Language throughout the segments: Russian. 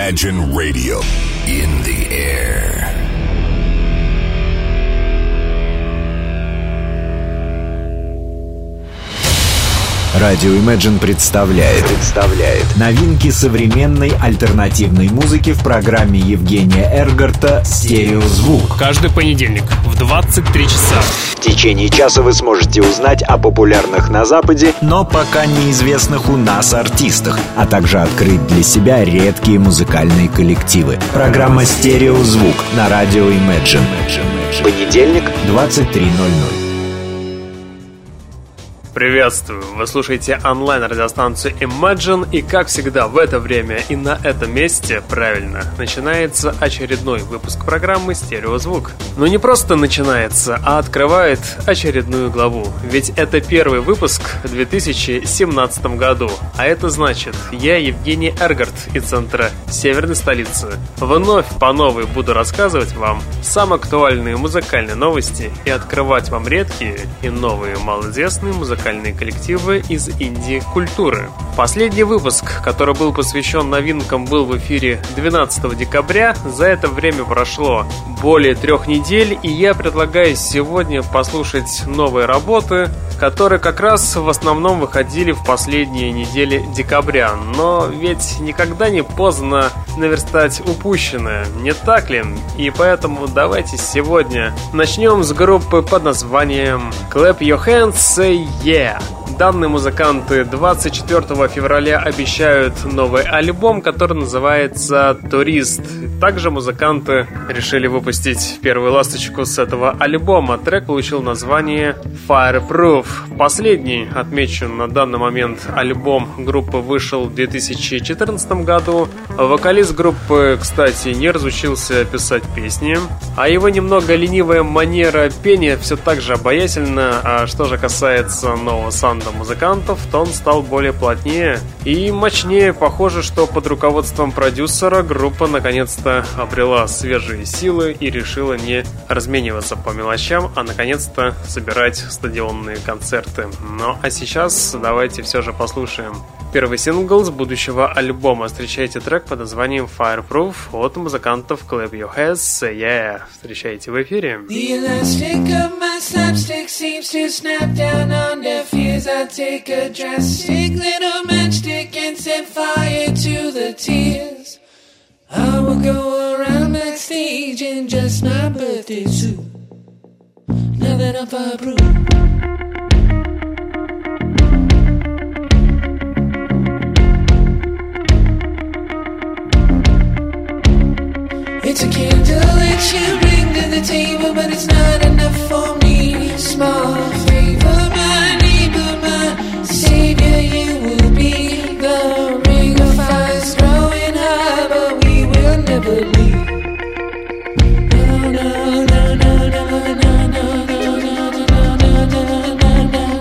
Imagine Radio in the air. Радио Imagine представляет новинки современной альтернативной музыки в программе Евгения Эргарта «Стереозвук». Каждый понедельник в 23 часа. В течение часа вы сможете узнать о популярных на Западе, но пока неизвестных у нас артистах, а также открыть для себя редкие музыкальные коллективы. Программа «Стереозвук» на радио Imagine. Понедельник, 23:00. Приветствую! Вы слушаете онлайн-радиостанцию Imagine, и, как всегда, в это время и на этом месте, правильно, начинается очередной выпуск программы «Стереозвук». Но не просто начинается, а открывает очередную главу. Ведь это первый выпуск в 2017 году. А это значит, я, Евгений Эргарт, из центра северной столицы, вновь по новой буду рассказывать вам самые актуальные музыкальные новости и открывать вам редкие и новые малоизвестные музыкальные коллективы из инди-культуры. Последний выпуск, который был посвящен новинкам, был в эфире 12 декабря. За это время прошло более 3 недель, и я предлагаю сегодня послушать новые работы, которые как раз в основном выходили в последние недели декабря. Но ведь никогда не поздно наверстать упущенное, не так ли? И поэтому давайте сегодня начнем с группы под названием Clap Your Hands, Say Yeah. Данные музыканты 24 февраля обещают новый альбом, который называется «Турист». Также музыканты решили выпустить первую ласточку с этого альбома. Трек получил название «Fireproof». Последний, отмечу, на данный момент альбом группы вышел в 2014 году. Вокалист группы, кстати, не разучился писать песни, а его немного ленивая манера пения все так же обаятельна. А что же касается нового саунда музыкантов, то он стал более плотнее и мощнее. Похоже, что под руководством продюсера группа наконец-то обрела свежие силы и решила не размениваться по мелочам, а наконец-то собирать стадионные концерты. Ну а сейчас давайте все же послушаем первый сингл с будущего альбома. Встречайте трек под названием Fireproof от музыкантов Clap Your Hands, Say Yeah. Встречайте в эфире. I take a drastic little matchstick and set fire to the tears. I will go around backstage in just my birthday suit. Now that I'm fireproof. It's a candle that you bring to the table, but it's not enough for me. Small favor, my neighbor, my savior, you will be. The ring of fire's growing high, but we will never leave. No, no, no, no, no, no, no, no, no, no, no, no.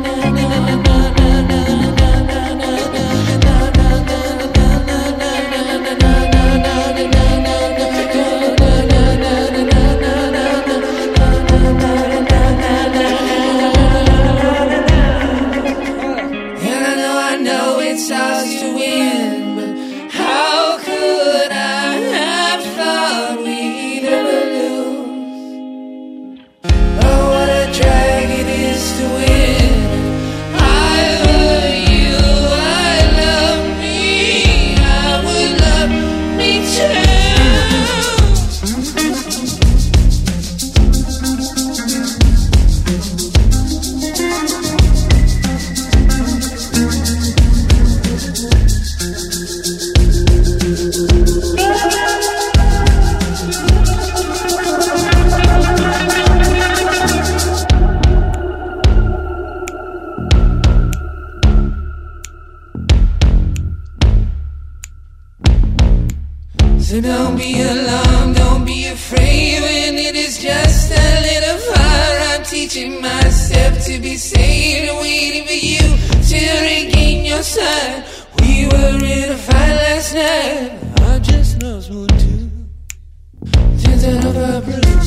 So don't be alarmed, don't be afraid when it is just a little fire. I'm teaching myself to be saved and waiting for you to regain your sight. We were in a fight last night, I just lost one too. Turns out I'm fireproof.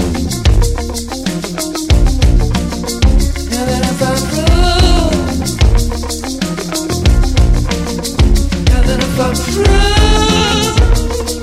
Now that I'm fireproof. Now that I'm fireproof.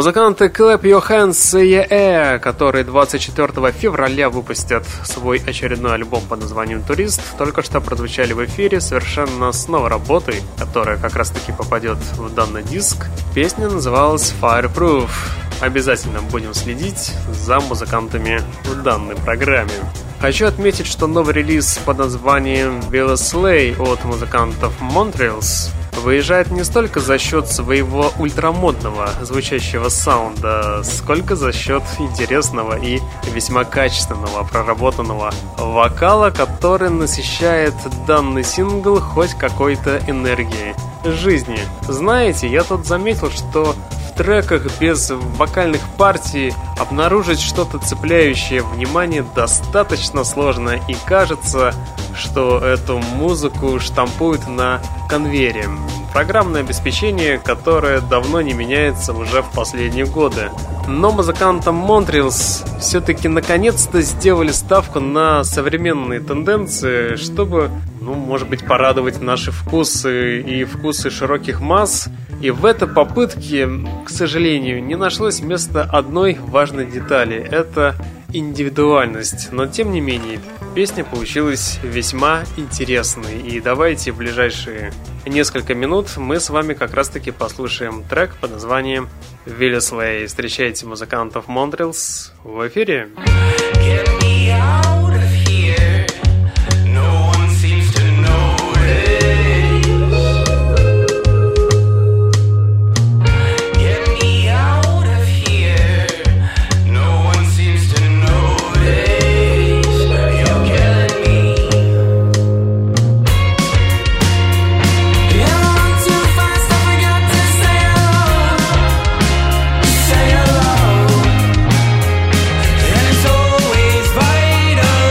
Музыканты Clap Your Hands и которые 24 февраля выпустят свой очередной альбом под названием «Турист», только что прозвучали в эфире совершенно с новой работой, которая как раз таки попадет в данный диск. Песня называлась Fireproof. Обязательно будем следить за музыкантами в данной программе. Хочу отметить, что новый релиз под названием Villa Slay от музыкантов Montreals выезжает не столько за счет своего ультрамодного звучащего саунда, сколько за счет интересного и весьма качественного проработанного вокала, который насыщает данный сингл хоть какой-то энергией жизни. Знаете, я тут заметил, что в треках без вокальных партий обнаружить что-то цепляющее внимание достаточно сложно, и кажется, что эту музыку штампуют на конвейере. Программное обеспечение, которое давно не меняется уже в последние годы. Но музыкантам Montreals все-таки наконец-то сделали ставку на современные тенденции, чтобы, может быть, порадовать наши вкусы и вкусы широких масс. И в этой попытке, к сожалению, не нашлось места одной важной детали – это индивидуальность. Но, тем не менее, песня получилась весьма интересной. И давайте в ближайшие несколько минут мы с вами как раз-таки послушаем трек под названием Villa Slay. Встречайте музыкантов Montreals в эфире. It's always vital.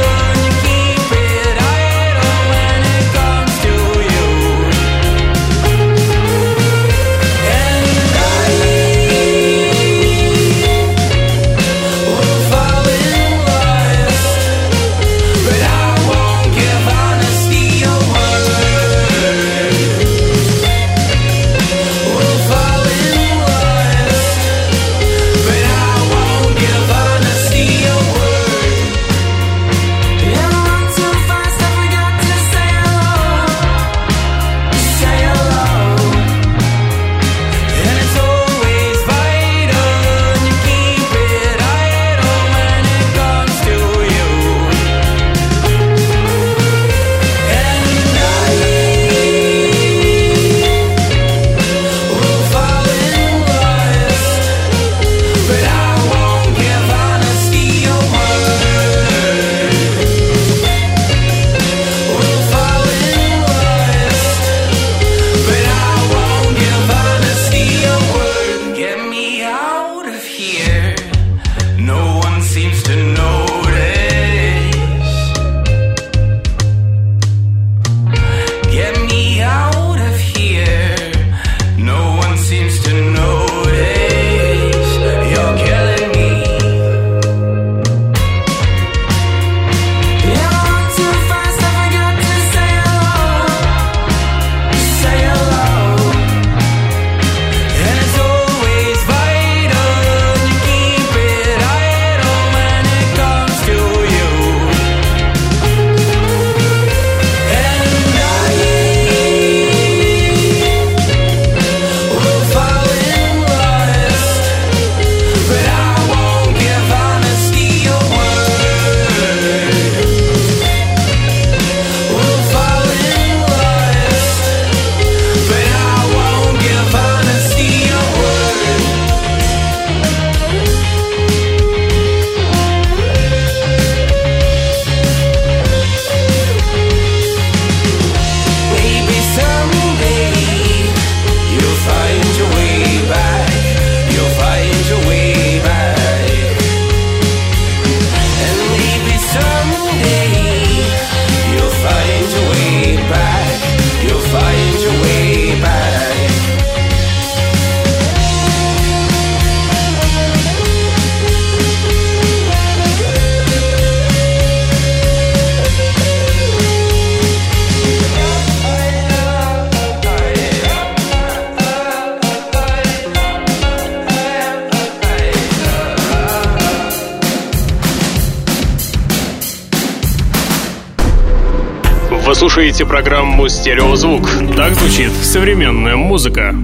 Вы слушаете программу «Стереозвук». Так звучит современная музыка.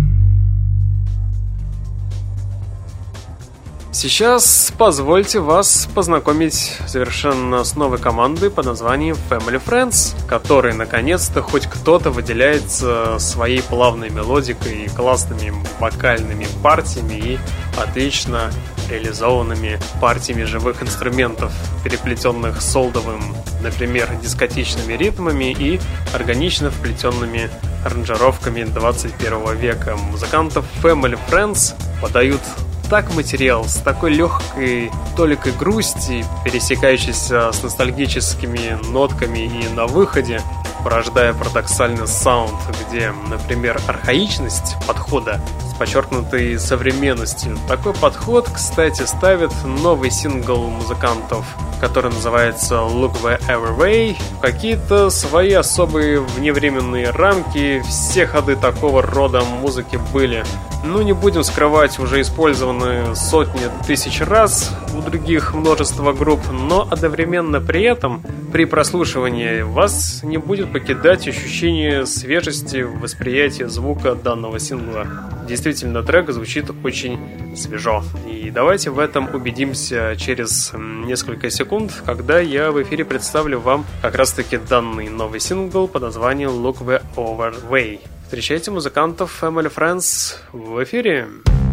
Сейчас позвольте вас познакомить совершенно с новой командой под названием Family Friends, которой наконец-то хоть кто-то выделяется своей плавной мелодикой, классными вокальными партиями и отлично реализованными партиями живых инструментов, переплетенных солдовым, например, дискотечными ритмами и органично вплетенными аранжировками 21 века. Музыкантов Family Friends подают так материал с такой легкой толикой грусти, пересекающейся с ностальгическими нотками и на выходе, порождая парадоксальный саунд, где, например, архаичность подхода с подчеркнутой современностью. Такой подход, кстати, ставит новый сингл музыкантов, который называется Look Wherever Way, в какие-то свои особые вневременные рамки. Все ходы такого рода музыки были, не будем скрывать, уже использованы сотни тысяч раз у других множество групп, но одновременно при этом, при прослушивании, вас не будет покидать ощущение свежести в восприятии звука данного сингла. Действительно, трек звучит очень свежо. И давайте в этом убедимся через несколько секунд, когда я в эфире представлю вам как раз-таки данный новый сингл под названием Look Wherever Way. Встречайте музыкантов Family Friends в эфире.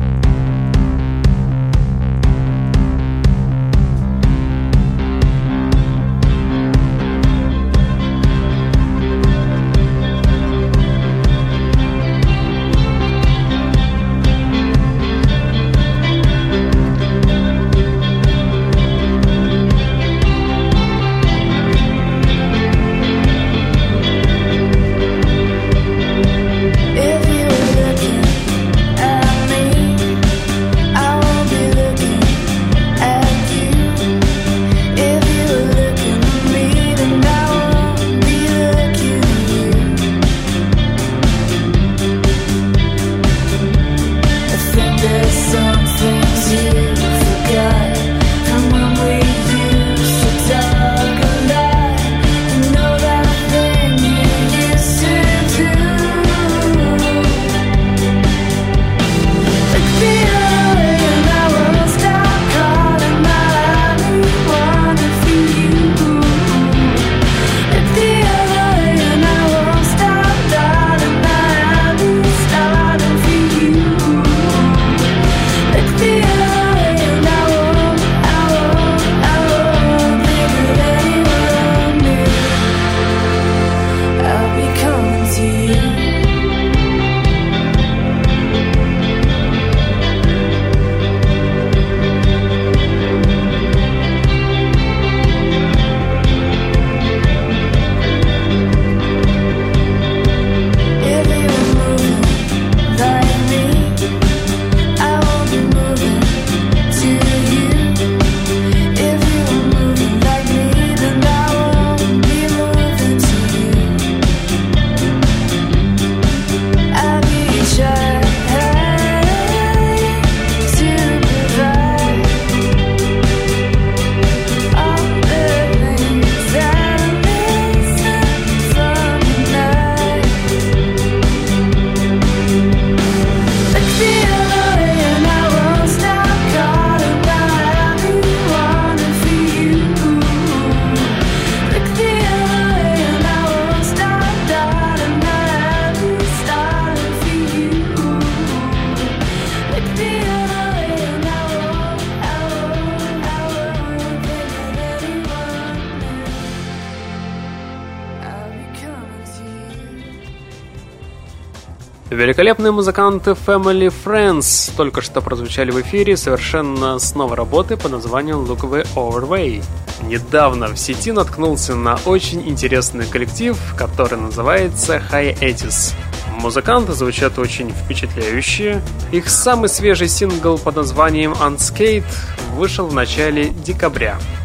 Великолепные музыканты Family Friends только что прозвучали в эфире совершенно с новой работы под названием Look Wherever Way. Недавно в сети наткнулся на очень интересный коллектив, который называется Hi-80. Музыканты звучат очень впечатляюще. Их самый свежий сингл под названием Unscathed вышел в начале декабря.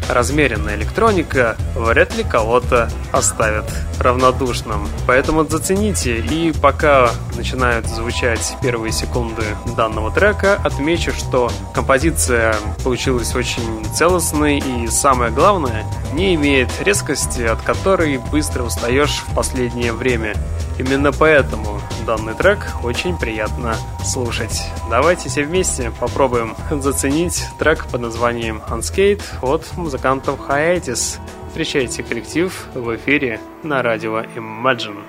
размеренная электроника вряд ли кого-то оставит равнодушным. Поэтому зацените, и пока начинают звучать первые секунды данного трека, отмечу, что композиция получилась очень целостной и, самое главное, не имеет резкости, от которой быстро устаешь в последнее время. Именно поэтому данный трек очень приятно слушать. Давайте все вместе попробуем заценить трек под названием Unscathed от музыкантов Hiatus. Встречайте коллектив в эфире на радио Imagine.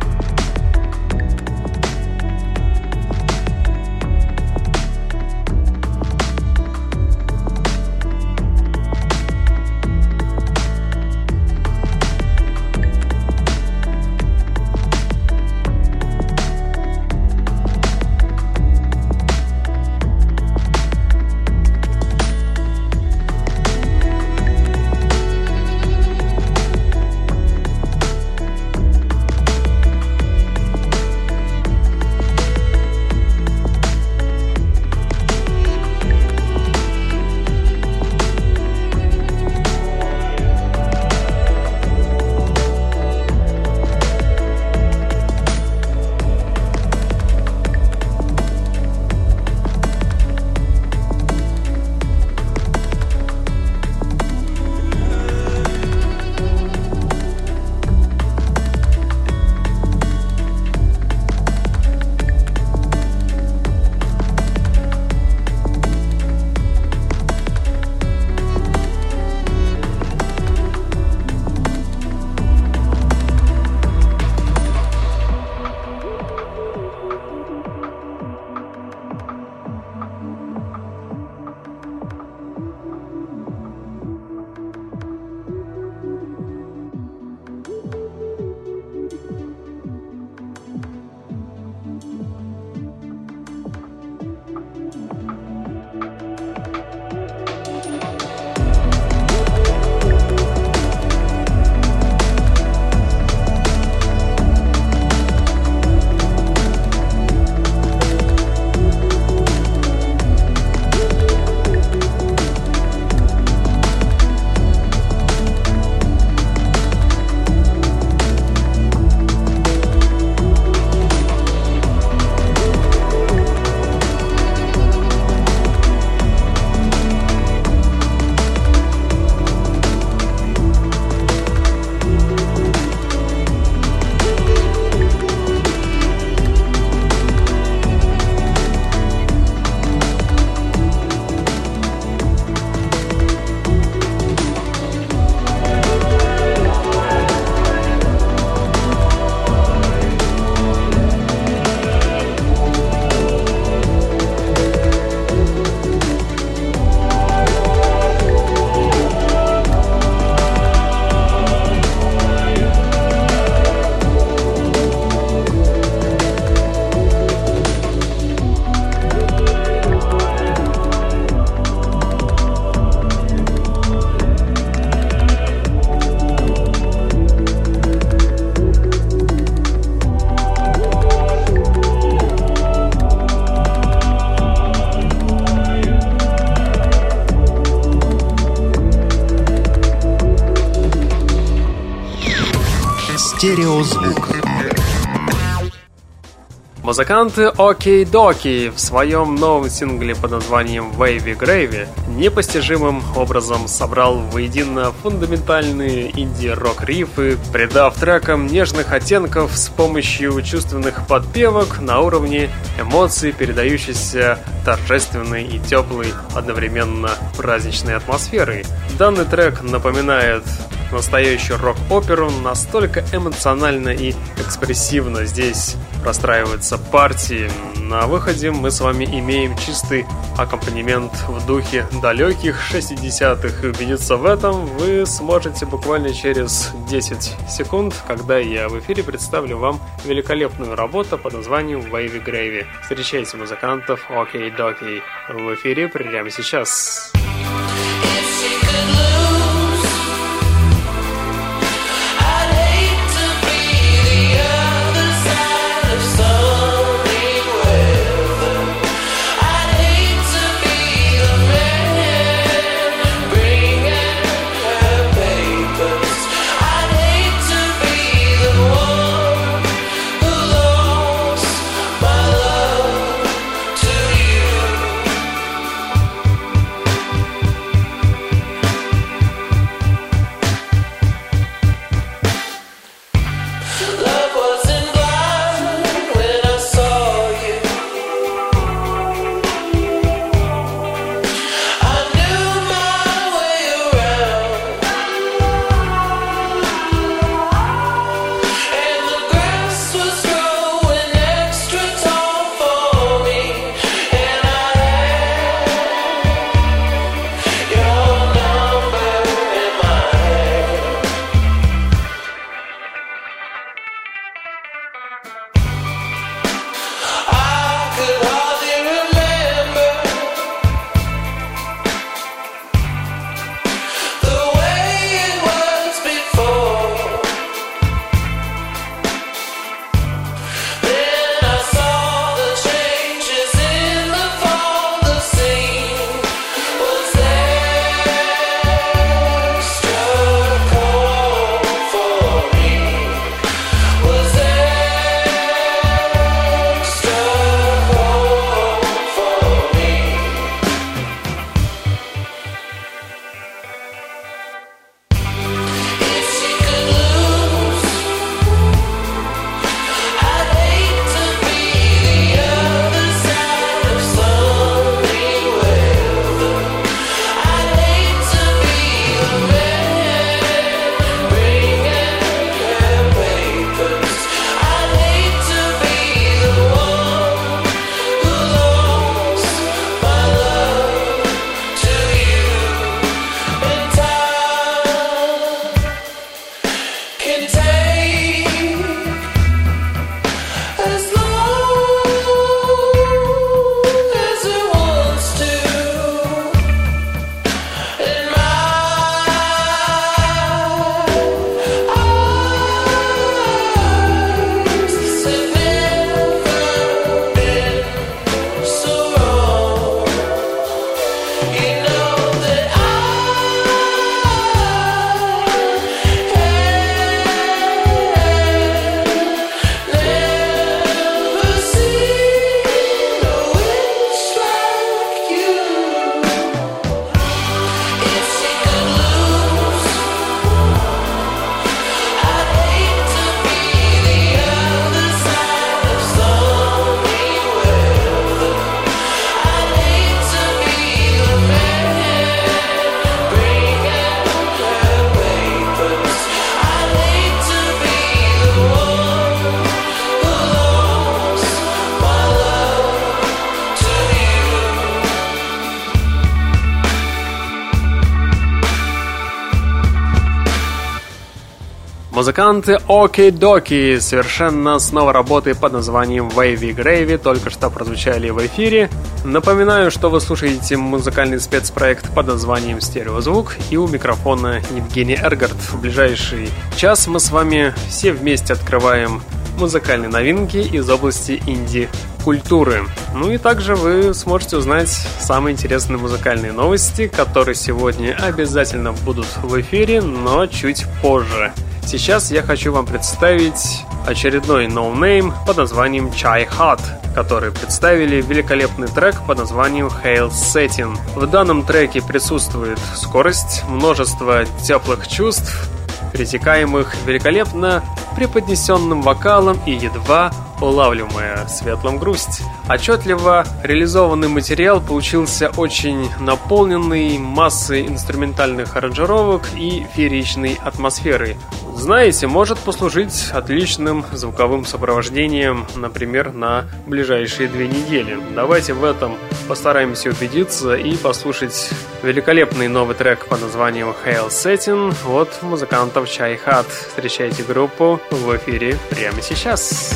Стереозвук. Музыканты Okey-Dokey в своем новом сингле под названием Wavy Gravy непостижимым образом собрал воедино фундаментальные инди-рок-рифы, придав трекам нежных оттенков с помощью чувственных подпевок на уровне эмоций, передающихся торжественной и теплой, одновременно праздничной атмосферой. Данный трек напоминает настоящую рок-оперу, настолько эмоционально и экспрессивно здесь простраиваются партии. На выходе мы с вами имеем чистый аккомпанемент в духе далеких 60-х, и убедиться в этом вы сможете буквально через 10 секунд, когда я в эфире представлю вам великолепную работу под названием Wavy Gravy. Встречайте музыкантов Okey-Dokey в эфире прямо сейчас. Музыканты Okie-Dokie совершенно с новой работой под названием Wavy Gravy только что прозвучали в эфире. Напоминаю, что вы слушаете музыкальный спецпроект под названием «Стереозвук», и у микрофона Евгений Эргард. В ближайший час мы с вами все вместе открываем музыкальные новинки из области инди-культуры. Ну и также вы сможете узнать самые интересные музыкальные новости, которые сегодня обязательно будут в эфире, но чуть позже. Сейчас я хочу вам представить очередной ноунейм под названием Chai Hut, которые представили великолепный трек под названием Hail Setting. В данном треке присутствует скорость, множество теплых чувств, пересекаемых великолепно преподнесенным вокалом и едва улавливаемая светлым грусть. Отчетливо реализованный материал получился очень наполненный массой инструментальных аранжировок и фееричной атмосферой. Знаете, может послужить отличным звуковым сопровождением, например, на ближайшие 2 недели. Давайте в этом постараемся убедиться и послушать великолепный новый трек под названием Hail Setting от музыкантов Chai Hut. Встречайте группу в эфире прямо сейчас.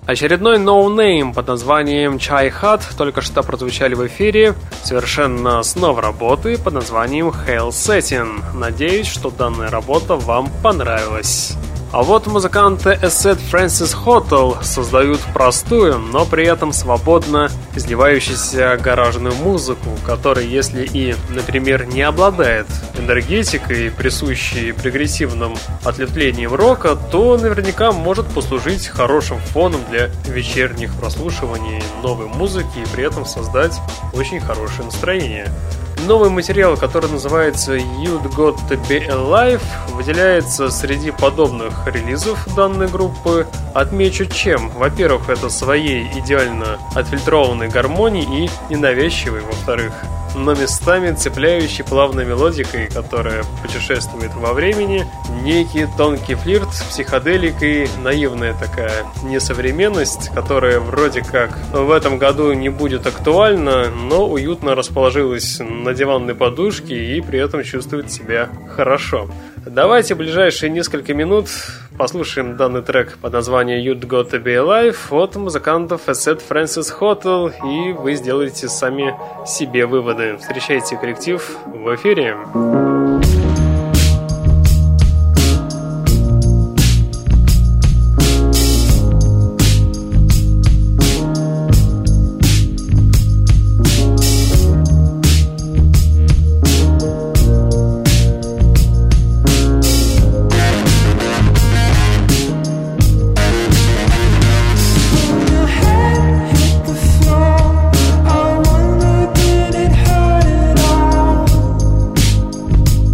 Очередной ноунейм под названием Chai Hut только что прозвучали в эфире совершенно с новой работы под названием Hail Satin. Надеюсь, что данная работа вам понравилась. А вот музыканты Acid Francis Hotel создают простую, но при этом свободно изливающуюся гаражную музыку, которая, если и, например, не обладает энергетикой, присущей прогрессивным ответвлениям рока, то наверняка может послужить хорошим фоном для вечерних прослушиваний новой музыки и при этом создать очень хорошее настроение. Новый материал, который называется You'd Got To Be Alive, выделяется среди подобных релизов данной группы. Отмечу чем. Во-первых, это своей идеально отфильтрованной гармонией и ненавязчивой, во-вторых, но местами цепляющей плавной мелодикой, которая путешествует во времени, некий тонкий флирт с психоделикой, наивная такая несовременность, которая вроде как в этом году не будет актуальна, но уютно расположилась на диванной подушке и при этом чувствует себя хорошо. Давайте в ближайшие несколько минут послушаем данный трек под названием You'd Got To Be Alive от музыкантов Acid Francis Hotel, и вы сделаете сами себе выводы. Встречайте коллектив в эфире. I wonder did it hurt at all?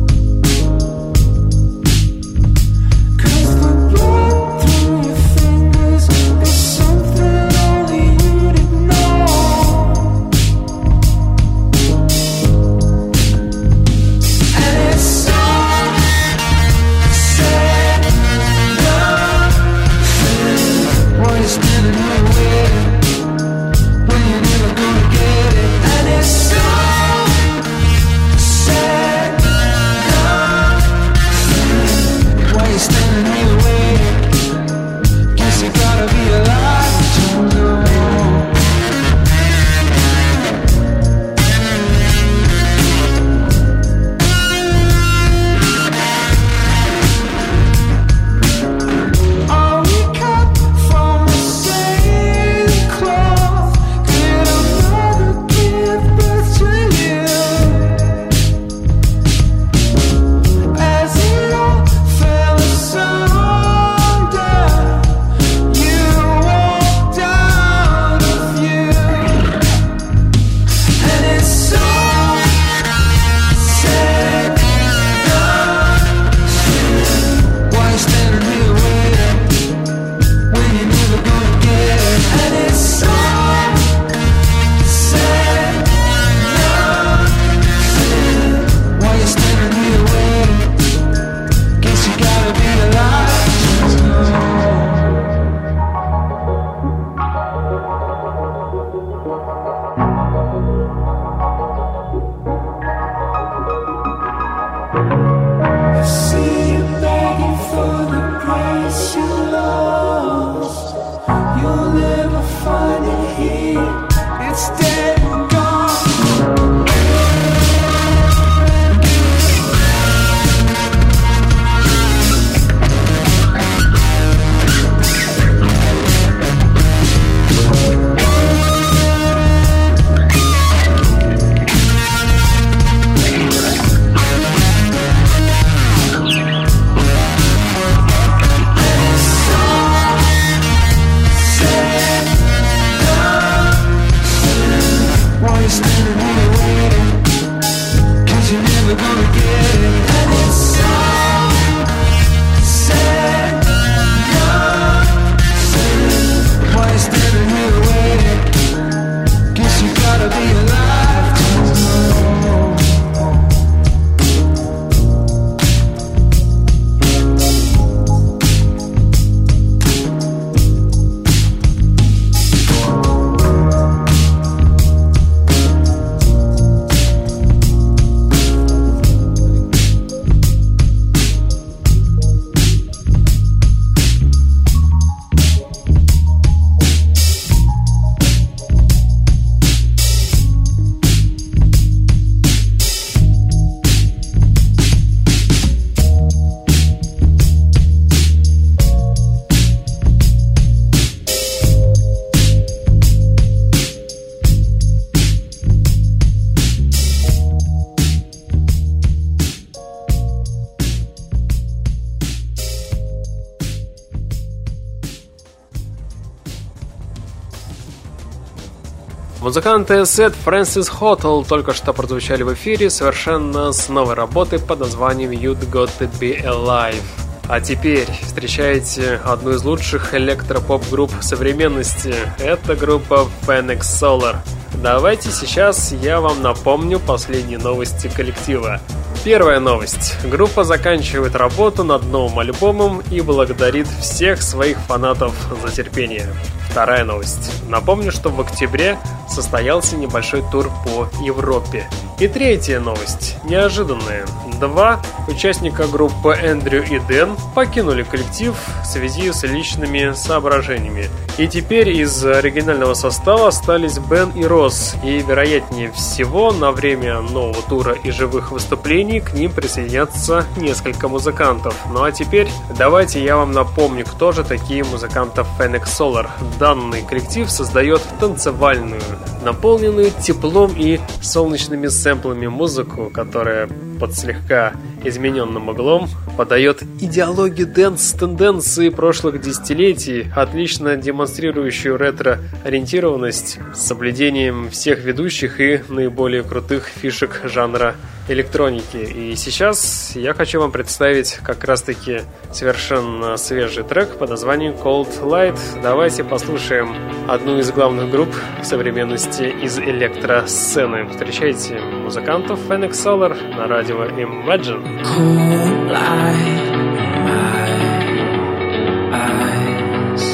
Музыканты Сет Фрэнсис Хотл только что прозвучали в эфире совершенно с новой работы под названием You've Got to Be Alive. А теперь встречаете одну из лучших электропоп-групп современности. Это группа Phoenix Solar. Давайте сейчас я вам напомню последние новости коллектива. Первая новость. Группа заканчивает работу над новым альбомом и благодарит всех своих фанатов за терпение. Вторая новость. Напомню, что в октябре состоялся небольшой тур по Европе. И третья новость. Неожиданная. Два участника группы Эндрю и Дэн покинули коллектив в связи с личными соображениями. И теперь из оригинального состава остались Бен и Росс. И, вероятнее всего, на время нового тура и живых выступлений к ним присоединятся несколько музыкантов. Ну а теперь давайте я вам напомню, кто же такие музыканты Phoenix Solar. Данный коллектив создает танцевальную, наполненную теплом и солнечными сэмплами музыку, которая под слегка измененным углом подает идеологию дэнс-тенденции прошлых десятилетий, отлично демонстрирующую ретро-ориентированность с соблюдением всех ведущих и наиболее крутых фишек жанра электроники. И сейчас я хочу вам представить как раз-таки совершенно свежий трек под названием Cold Light. Давайте послушаем одну из главных групп современности из электросцены. Встречайте музыкантов Phoenix Solar на радио Imagine. Cold light in my eyes,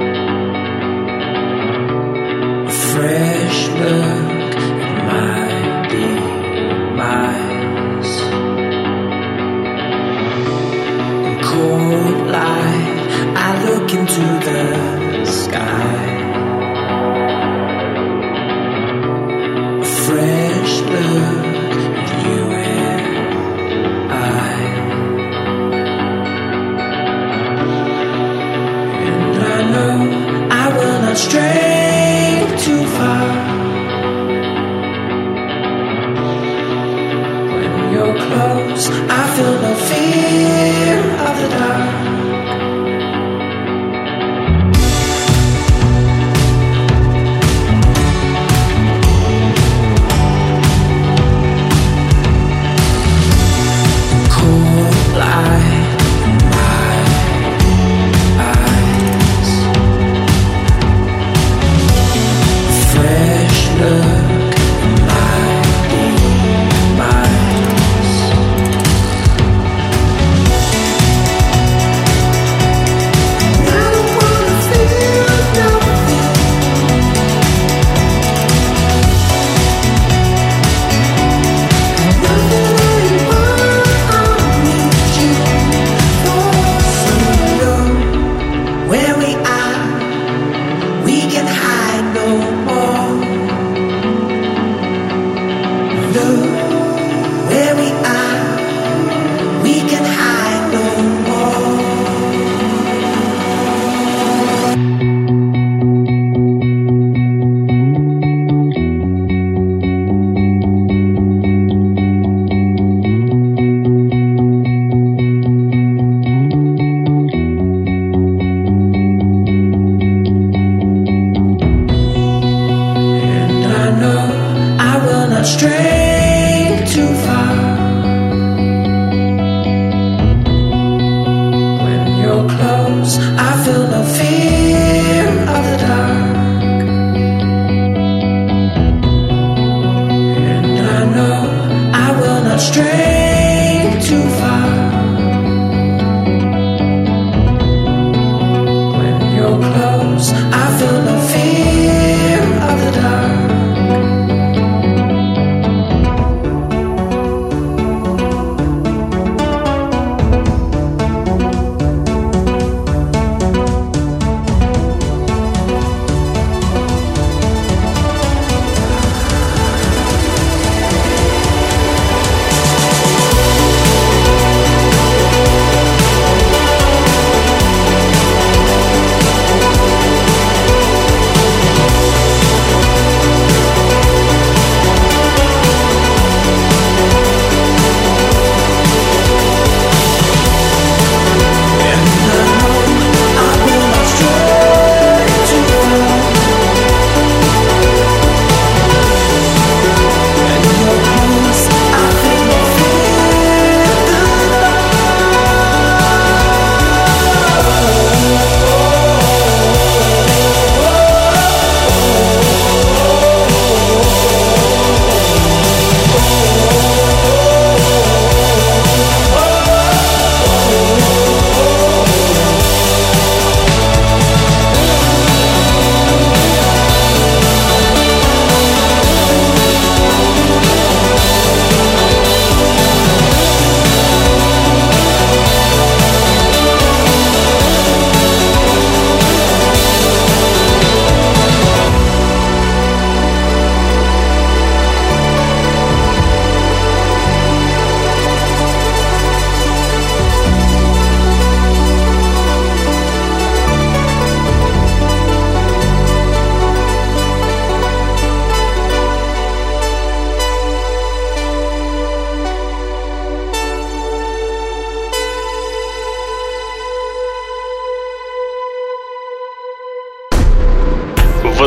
a fresh look at my demise. In cold light, I look into the sky. A fresh look at you and I. And I know I will not stray too far. When you're close, I feel no fear of the dark.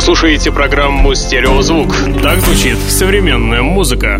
Вы слушаете программу «Стереозвук». Так звучит современная музыка.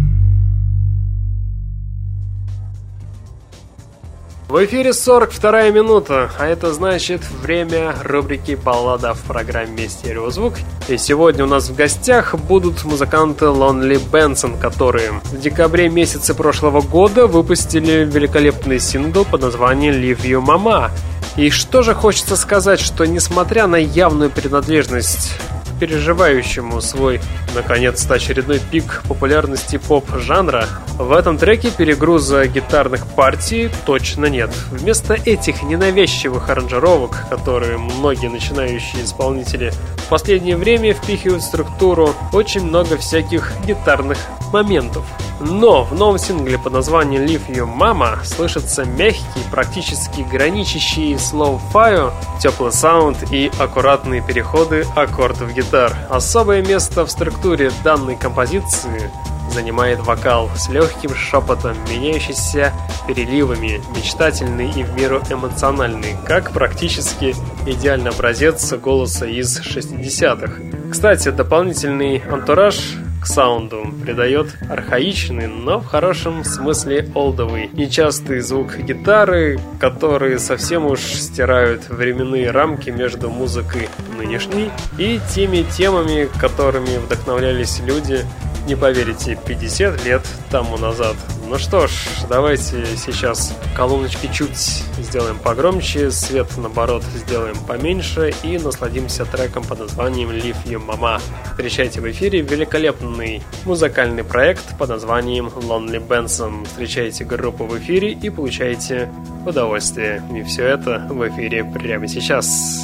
В эфире 42-я минута, а это значит время рубрики «Баллада» в программе «Стереозвук». И сегодня у нас в гостях будут музыканты Lonely Benson, которые в декабре месяце прошлого года выпустили великолепный сингл под названием «Leave You Mama». И что же хочется сказать, что несмотря на явную принадлежность к переживающему свой, наконец-то, очередной пик популярности поп-жанра, в этом треке перегруза гитарных партий точно нет. Вместо этих ненавязчивых аранжировок, которые многие начинающие исполнители в последнее время впихивают в структуру, очень много всяких гитарных моментов. Но в новом сингле под названием Leave You Mama слышится мягкий, практически граничащий с лоу-фаю, теплый саунд и аккуратные переходы аккордов гитар. Особое место в структуре данной композиции занимает вокал с легким шепотом, меняющийся переливами, мечтательный и в меру эмоциональный, как практически идеальный образец голоса из 60-х. Кстати, дополнительный антураж к саунду придает архаичный, но в хорошем смысле олдовый, нечастый звук гитары, которые совсем уж стирают временные рамки между музыкой нынешней и теми темами, которыми вдохновлялись люди, не поверите, 50 лет тому назад. Ну что ж, давайте сейчас колоночки чуть сделаем погромче, свет, наоборот, сделаем поменьше и насладимся треком под названием Leave You Mama. Встречайте в эфире великолепный музыкальный проект под названием Lonely Benson. Встречайте группу в эфире и получайте удовольствие. И все это в эфире прямо сейчас.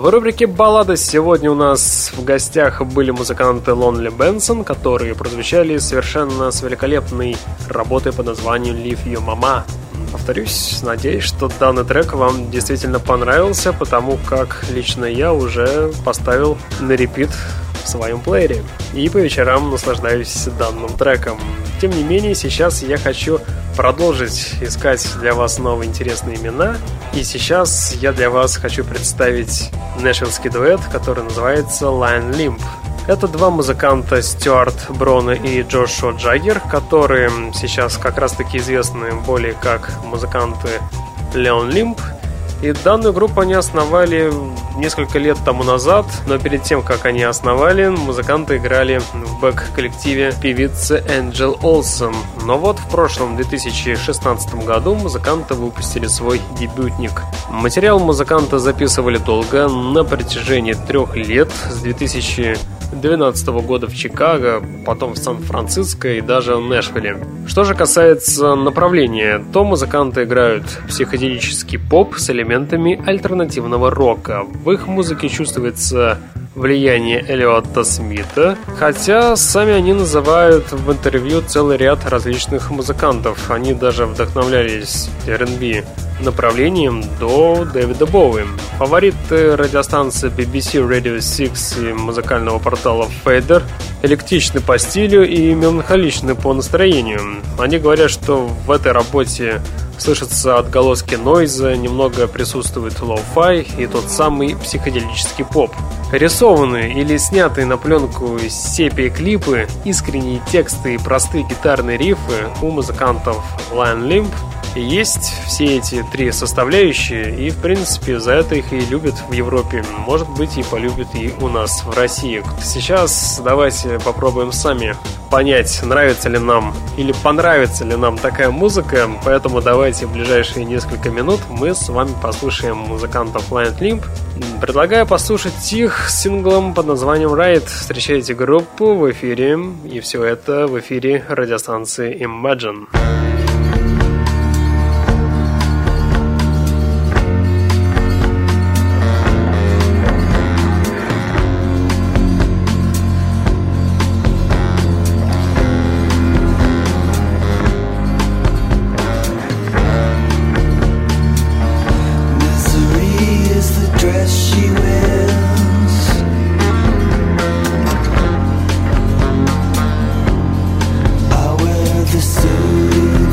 В рубрике «Баллады» сегодня у нас в гостях были музыканты Lonely Benson, которые прозвучали совершенно с великолепной работой под названием «Leave You Mama». Повторюсь, надеюсь, что данный трек вам действительно понравился, потому как лично я уже поставил на репит в своем плеере и по вечерам наслаждаюсь данным треком. Тем не менее, сейчас я хочу продолжить искать для вас новые интересные имена. И сейчас я для вас хочу представить нэшвиллский дуэт, который называется Lion Limb. Это два музыканта Стюарт Броно и Джошуа Джаггер, которые сейчас как раз таки известны более как музыканты Lion Limb. И данную группу они основали несколько лет тому назад, но перед тем, как они основали, музыканты играли в бэк-коллективе певицы Энджел Олсен. Но вот в прошлом 2016 году музыканты выпустили свой дебютник. Материал музыканты записывали долго, на протяжении 3 лет, с 2012 года в Чикаго, потом в Сан-Франциско и даже в Нэшвилле. Что же касается направления, то музыканты играют психоделический поп с элементами альтернативного рока. В их музыке чувствуется влияние Эллиота Смита, хотя сами они называют в интервью целый ряд различных музыкантов. Они даже вдохновлялись R&B направлением до Дэвида Боуи. Фавориты радиостанции BBC Radio 6 и музыкального портала Fader эклектичны по стилю и меланхоличны по настроению. Они говорят, что в этой работе слышатся отголоски нойза, немного присутствует лоу-фай и тот самый психоделический поп. Рисованные или снятые на пленку сепия-клипы, искренние тексты и простые гитарные рифы у музыкантов Lion Limb. И есть все эти три составляющие, и в принципе за это их и любят в Европе. Может быть, и полюбят и у нас в России. Сейчас давайте попробуем сами понять, нравится ли нам или понравится ли нам такая музыка. Поэтому давайте в ближайшие несколько минут мы с вами послушаем музыкантов Lion Limb. Предлагаю послушать их синглом под названием Ride. Встречайте группу в эфире, и все это в эфире радиостанции Imagine. I wear the suit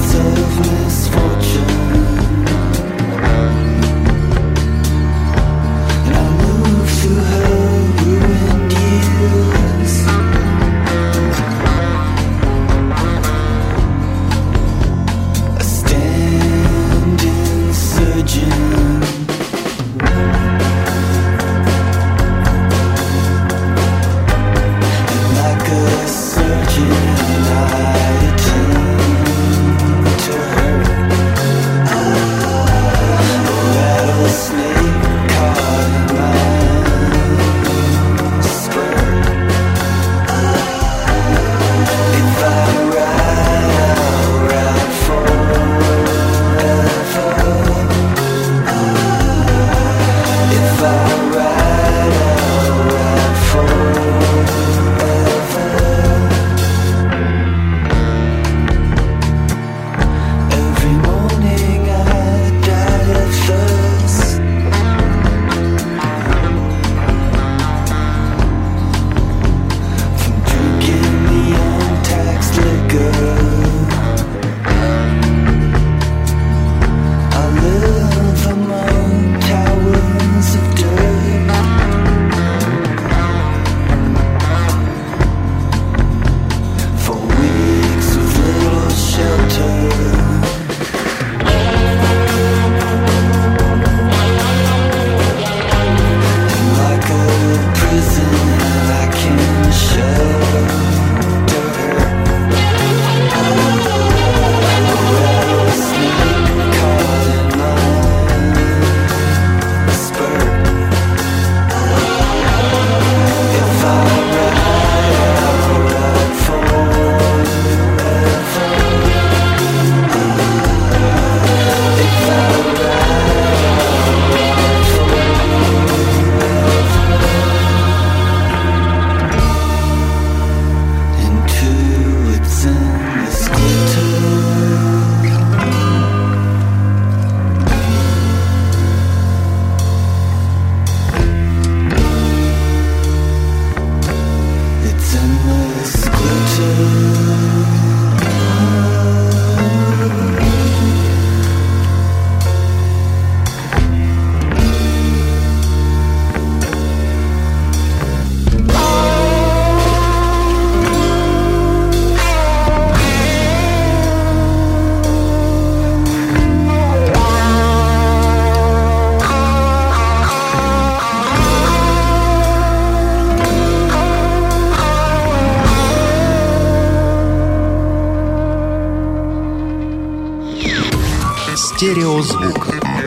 Стереозвук.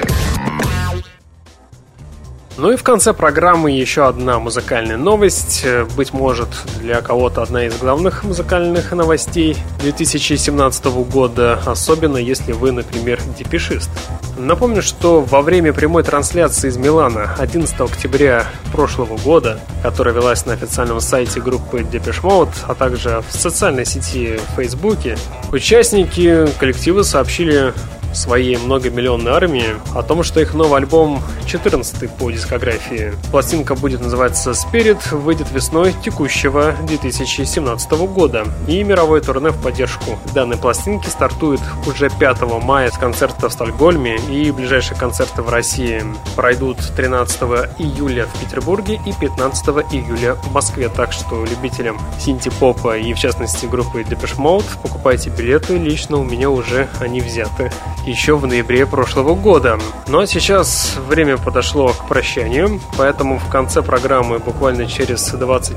Ну и в конце программы еще одна музыкальная новость. Быть может, для кого-то одна из главных музыкальных новостей 2017 года, особенно если вы, например, депешист. Напомню, что во время прямой трансляции из Милана 11 октября прошлого года, которая велась на официальном сайте группы Depeche Mode, а также в социальной сети в Фейсбуке, участники коллектива сообщили своей многомиллионной армии о том, что их новый альбом 14-й по дискографии. Пластинка будет называться Spirit, выйдет весной текущего 2017 года. И мировое турне в поддержку данной пластинки стартует уже 5 мая с концерта в Стокгольме, и ближайшие концерты в России пройдут 13 июля в Петербурге и 15 июля в Москве. Так что любителям синти-попа и в частности группы Depeche Mode покупайте билеты, лично у меня уже они взяты еще в ноябре прошлого года. Ну а сейчас время подошло к прощанию, поэтому в конце программы, буквально через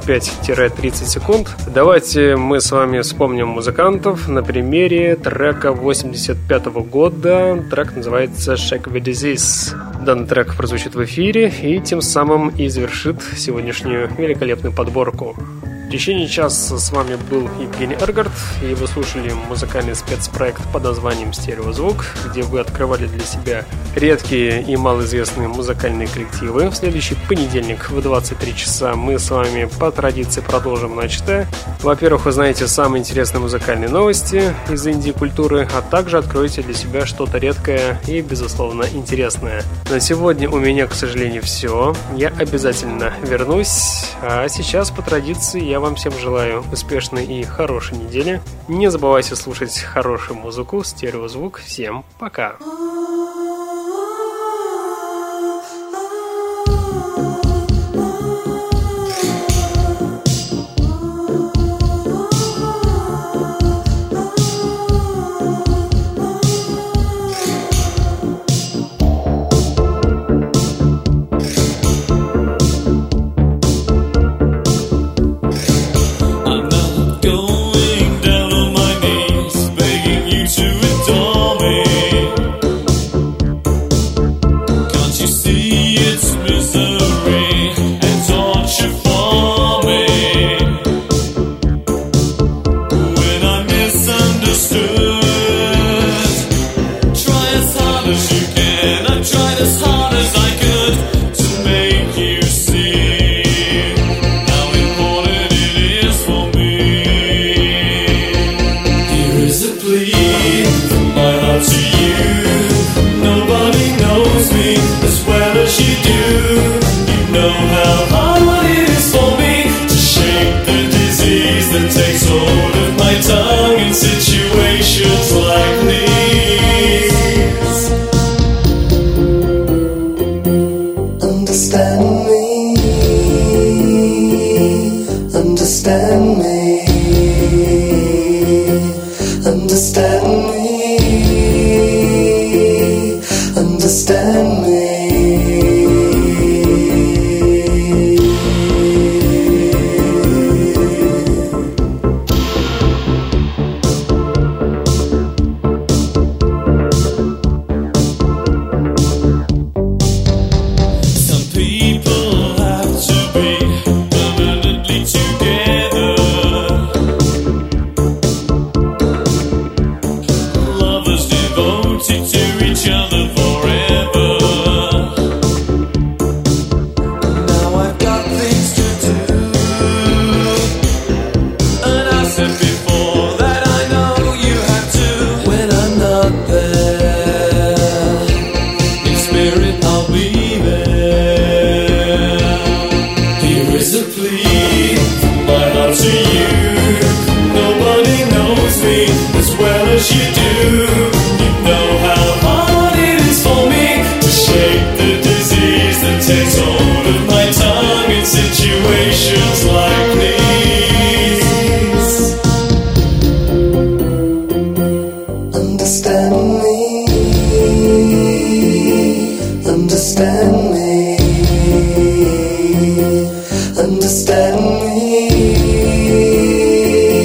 25-30 секунд, давайте мы с вами вспомним музыкантов на примере трека 85 года. Трек называется Shake the Disease. Данный трек прозвучит в эфире и тем самым и завершит сегодняшнюю великолепную подборку. В течение часа с вами был Евгений Эргард, и вы слушали музыкальный спецпроект под названием «Стереозвук», где вы открывали для себя редкие и малоизвестные музыкальные коллективы. В следующий понедельник в 23 часа мы с вами по традиции продолжим начатое. Во-первых, узнаете самые интересные музыкальные новости из инди-культуры, а также откроете для себя что-то редкое и, безусловно, интересное. На сегодня у меня, к сожалению, все. Я обязательно вернусь, а сейчас по традиции я вам всем желаю успешной и хорошей недели. Не забывайте слушать хорошую музыку, стереозвук. Всем пока!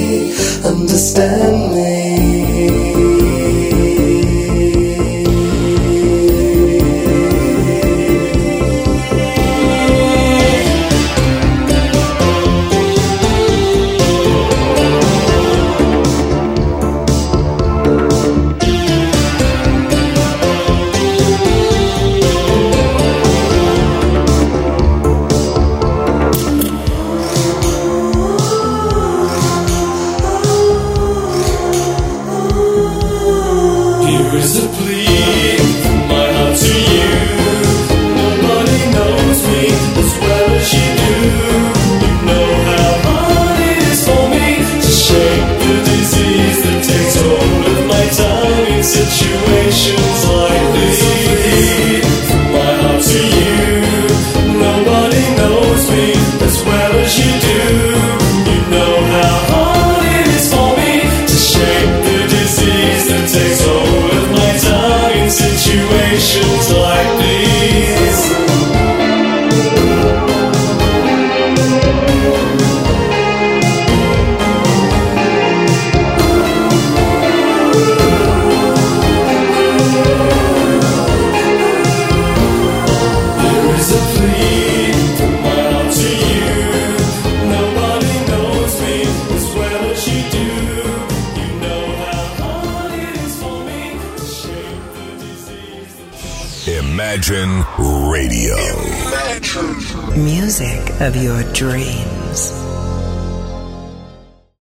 Understand me. as well as you do. You know how hard it is for me to shake the disease that takes hold of my tongue in situations like these. Imagine Radio. Music of your dreams.